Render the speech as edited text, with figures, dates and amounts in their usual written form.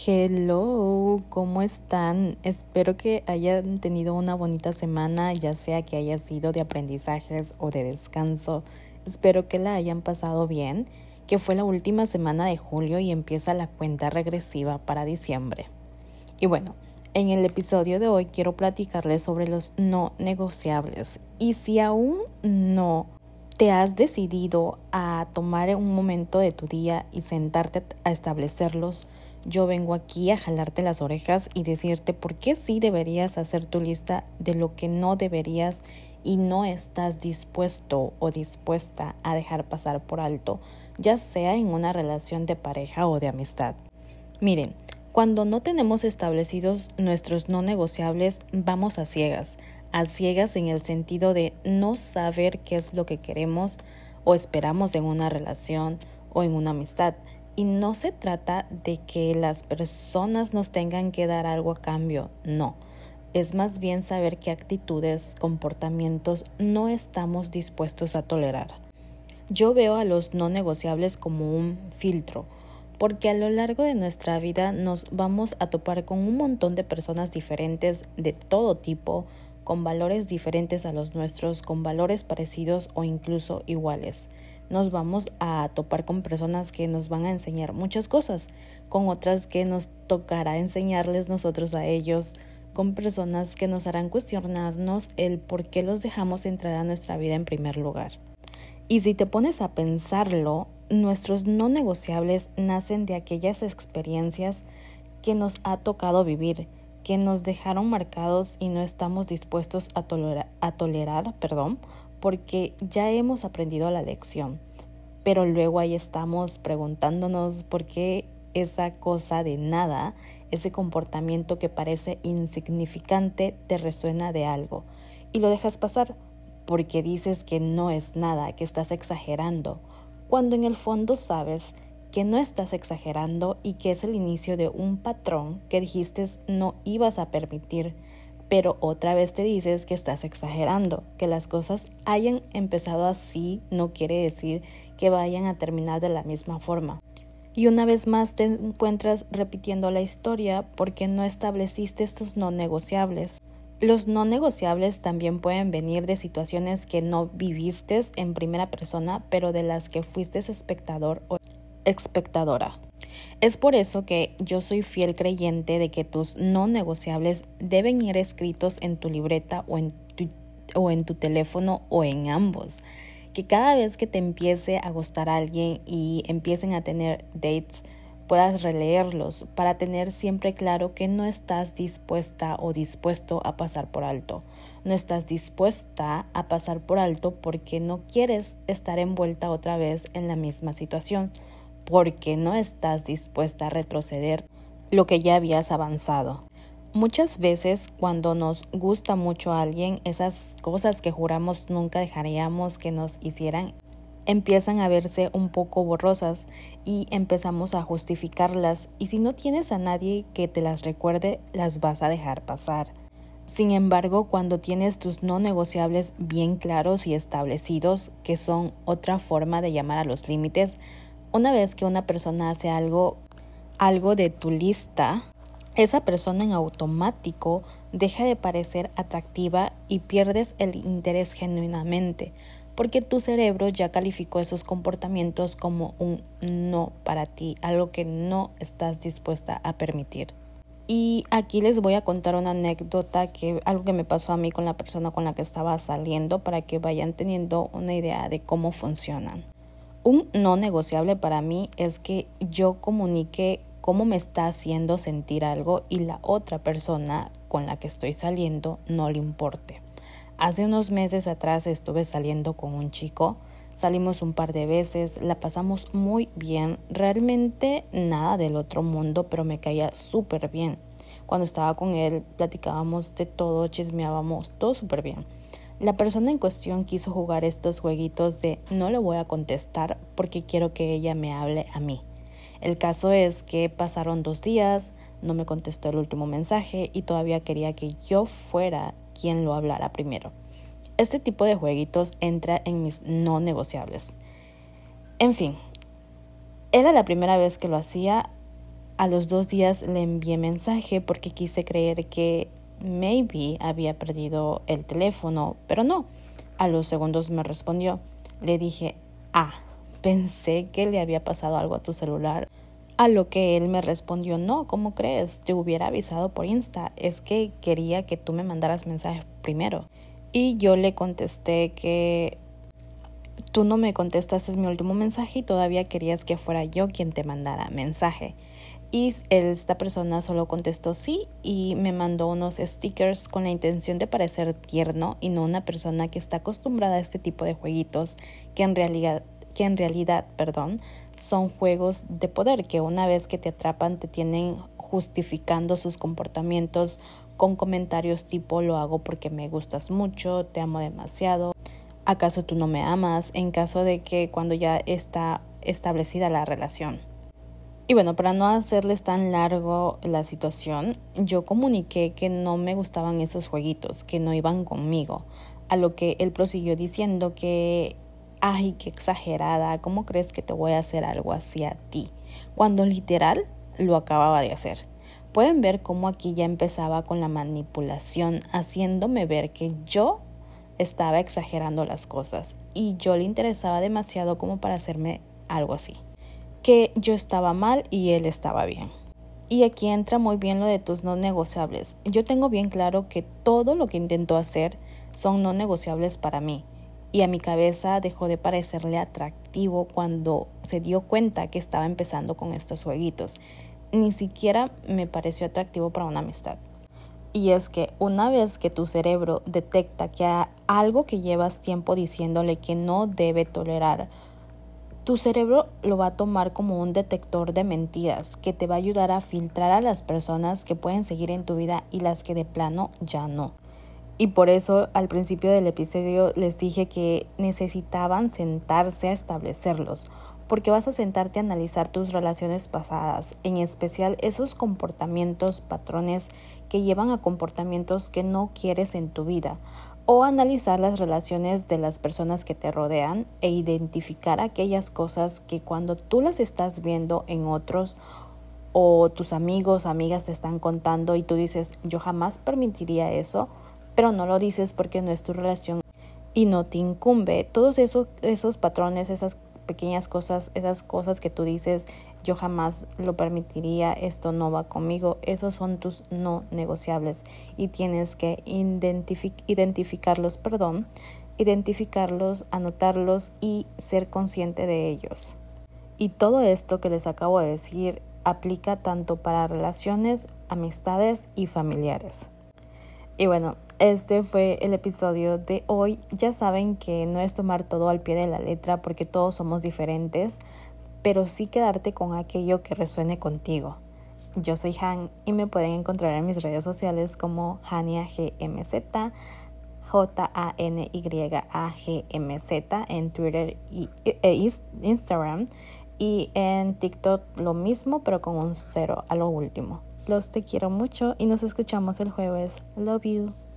Hello, ¿cómo están? Espero que hayan tenido una bonita semana, ya sea que haya sido de aprendizajes o de descanso. Espero que la hayan pasado bien, que fue la última semana de julio y empieza la cuenta regresiva para diciembre. Y bueno, en el episodio de hoy quiero platicarles sobre los no negociables. Y si aún no te has decidido a tomar un momento de tu día y sentarte a establecerlos, yo vengo aquí a jalarte las orejas y decirte por qué sí deberías hacer tu lista de lo que no deberías y no estás dispuesto o dispuesta a dejar pasar por alto, ya sea en una relación de pareja o de amistad. Miren, cuando no tenemos establecidos nuestros no negociables, vamos a ciegas en el sentido de no saber qué es lo que queremos o esperamos en una relación o en una amistad. Y no se trata de que las personas nos tengan que dar algo a cambio, no. Es más bien saber qué actitudes, comportamientos no estamos dispuestos a tolerar. Yo veo a los no negociables como un filtro, porque a lo largo de nuestra vida nos vamos a topar con un montón de personas diferentes de todo tipo, con valores diferentes a los nuestros, con valores parecidos o incluso iguales. Nos vamos a topar con personas que nos van a enseñar muchas cosas, con otras que nos tocará enseñarles nosotros a ellos, con personas que nos harán cuestionarnos el por qué los dejamos entrar a nuestra vida en primer lugar. Y si te pones a pensarlo, nuestros no negociables nacen de aquellas experiencias que nos ha tocado vivir, que nos dejaron marcados y no estamos dispuestos a tolerar, porque ya hemos aprendido la lección. Pero luego ahí estamos preguntándonos por qué esa cosa de nada, ese comportamiento que parece insignificante, te resuena de algo y lo dejas pasar porque dices que no es nada, que estás exagerando, cuando en el fondo sabes que no estás exagerando y que es el inicio de un patrón que dijiste no ibas a permitir, pero otra vez te dices que estás exagerando. Que las cosas hayan empezado así no quiere decir que vayan a terminar de la misma forma. Y una vez más te encuentras repitiendo la historia porque no estableciste estos no negociables. Los no negociables también pueden venir de situaciones que no viviste en primera persona, pero de las que fuiste espectador o espectadora. Es por eso que yo soy fiel creyente de que tus no negociables deben ir escritos en tu libreta o en tu teléfono o en ambos. Que cada vez que te empiece a gustar alguien y empiecen a tener dates, puedas releerlos para tener siempre claro que no estás dispuesta o dispuesto a pasar por alto. No estás dispuesta a pasar por alto porque no quieres estar envuelta otra vez en la misma situación, porque no estás dispuesta a retroceder lo que ya habías avanzado. Muchas veces cuando nos gusta mucho a alguien, esas cosas que juramos nunca dejaríamos que nos hicieran empiezan a verse un poco borrosas y empezamos a justificarlas, y si no tienes a nadie que te las recuerde, las vas a dejar pasar. Sin embargo, cuando tienes tus no negociables bien claros y establecidos, que son otra forma de llamar a los límites, una vez que una persona hace algo de tu lista, esa persona en automático deja de parecer atractiva y pierdes el interés genuinamente, porque tu cerebro ya calificó esos comportamientos como un no para ti, algo que no estás dispuesta a permitir. Y aquí les voy a contar una anécdota, algo que me pasó a mí con la persona con la que estaba saliendo, para que vayan teniendo una idea de cómo funcionan. Un no negociable para mí es que yo comunique cómo me está haciendo sentir algo y la otra persona con la que estoy saliendo no le importe. Hace unos meses atrás estuve saliendo con un chico, salimos un par de veces, la pasamos muy bien, realmente nada del otro mundo, pero me caía súper bien. Cuando estaba con él platicábamos de todo, chismeábamos, todo súper bien. La persona en cuestión quiso jugar estos jueguitos de no le voy a contestar porque quiero que ella me hable a mí. El caso es que pasaron 2 días, no me contestó el último mensaje y todavía quería que yo fuera quien lo hablara primero. Este tipo de jueguitos entra en mis no negociables. En fin, era la primera vez que lo hacía A los 2 días le envié mensaje porque quise creer que maybe había perdido el teléfono, pero no. A los segundos me respondió. Le dije, pensé que le había pasado algo a tu celular. A lo que él me respondió, no, ¿cómo crees? Te hubiera avisado por Insta, es que quería que tú me mandaras mensaje primero. Y yo le contesté que tú no me contestaste mi último mensaje y todavía querías que fuera yo quien te mandara mensaje. Y esta persona solo contestó sí y me mandó unos stickers con la intención de parecer tierno y no una persona que está acostumbrada a este tipo de jueguitos que en realidad, son juegos de poder que una vez que te atrapan te tienen justificando sus comportamientos con comentarios tipo lo hago porque me gustas mucho, te amo demasiado, ¿acaso tú no me amas? En caso de que cuando ya está establecida la relación. Y bueno, para no hacerles tan largo la situación, yo comuniqué que no me gustaban esos jueguitos, que no iban conmigo. A lo que él prosiguió diciendo que, ay, qué exagerada, ¿cómo crees que te voy a hacer algo así a ti? Cuando literal lo acababa de hacer. Pueden ver cómo aquí ya empezaba con la manipulación, haciéndome ver que yo estaba exagerando las cosas y yo le interesaba demasiado como para hacerme algo así. Que yo estaba mal y él estaba bien. Y aquí entra muy bien lo de tus no negociables. Yo tengo bien claro que todo lo que intentó hacer son no negociables para mí. Y a mi cabeza dejó de parecerle atractivo cuando se dio cuenta que estaba empezando con estos jueguitos. Ni siquiera me pareció atractivo para una amistad. Y es que una vez que tu cerebro detecta que hay algo que llevas tiempo diciéndole que no debe tolerar, tu cerebro lo va a tomar como un detector de mentiras que te va a ayudar a filtrar a las personas que pueden seguir en tu vida y las que de plano ya no. Y por eso al principio del episodio les dije que necesitaban sentarse a establecerlos, porque vas a sentarte a analizar tus relaciones pasadas, en especial esos comportamientos, patrones que llevan a comportamientos que no quieres en tu vida, o analizar las relaciones de las personas que te rodean e identificar aquellas cosas que cuando tú las estás viendo en otros o tus amigos, amigas te están contando y tú dices, yo jamás permitiría eso, pero no lo dices porque no es tu relación y no te incumbe. Todos esos patrones, esas pequeñas cosas, esas cosas que tú dices, yo jamás lo permitiría, esto no va conmigo, esos son tus no negociables y tienes que identificarlos, anotarlos y ser consciente de ellos. Y todo esto que les acabo de decir aplica tanto para relaciones, amistades y familiares. Y bueno, este fue el episodio de hoy. Ya saben que no es tomar todo al pie de la letra porque todos somos diferentes, pero sí quedarte con aquello que resuene contigo. Yo soy Han y me pueden encontrar en mis redes sociales como HaniaGMZ, JANYAGMZ en Twitter e Instagram, y en TikTok lo mismo pero con un 0 a lo último. Los te quiero mucho y nos escuchamos el jueves. Love you.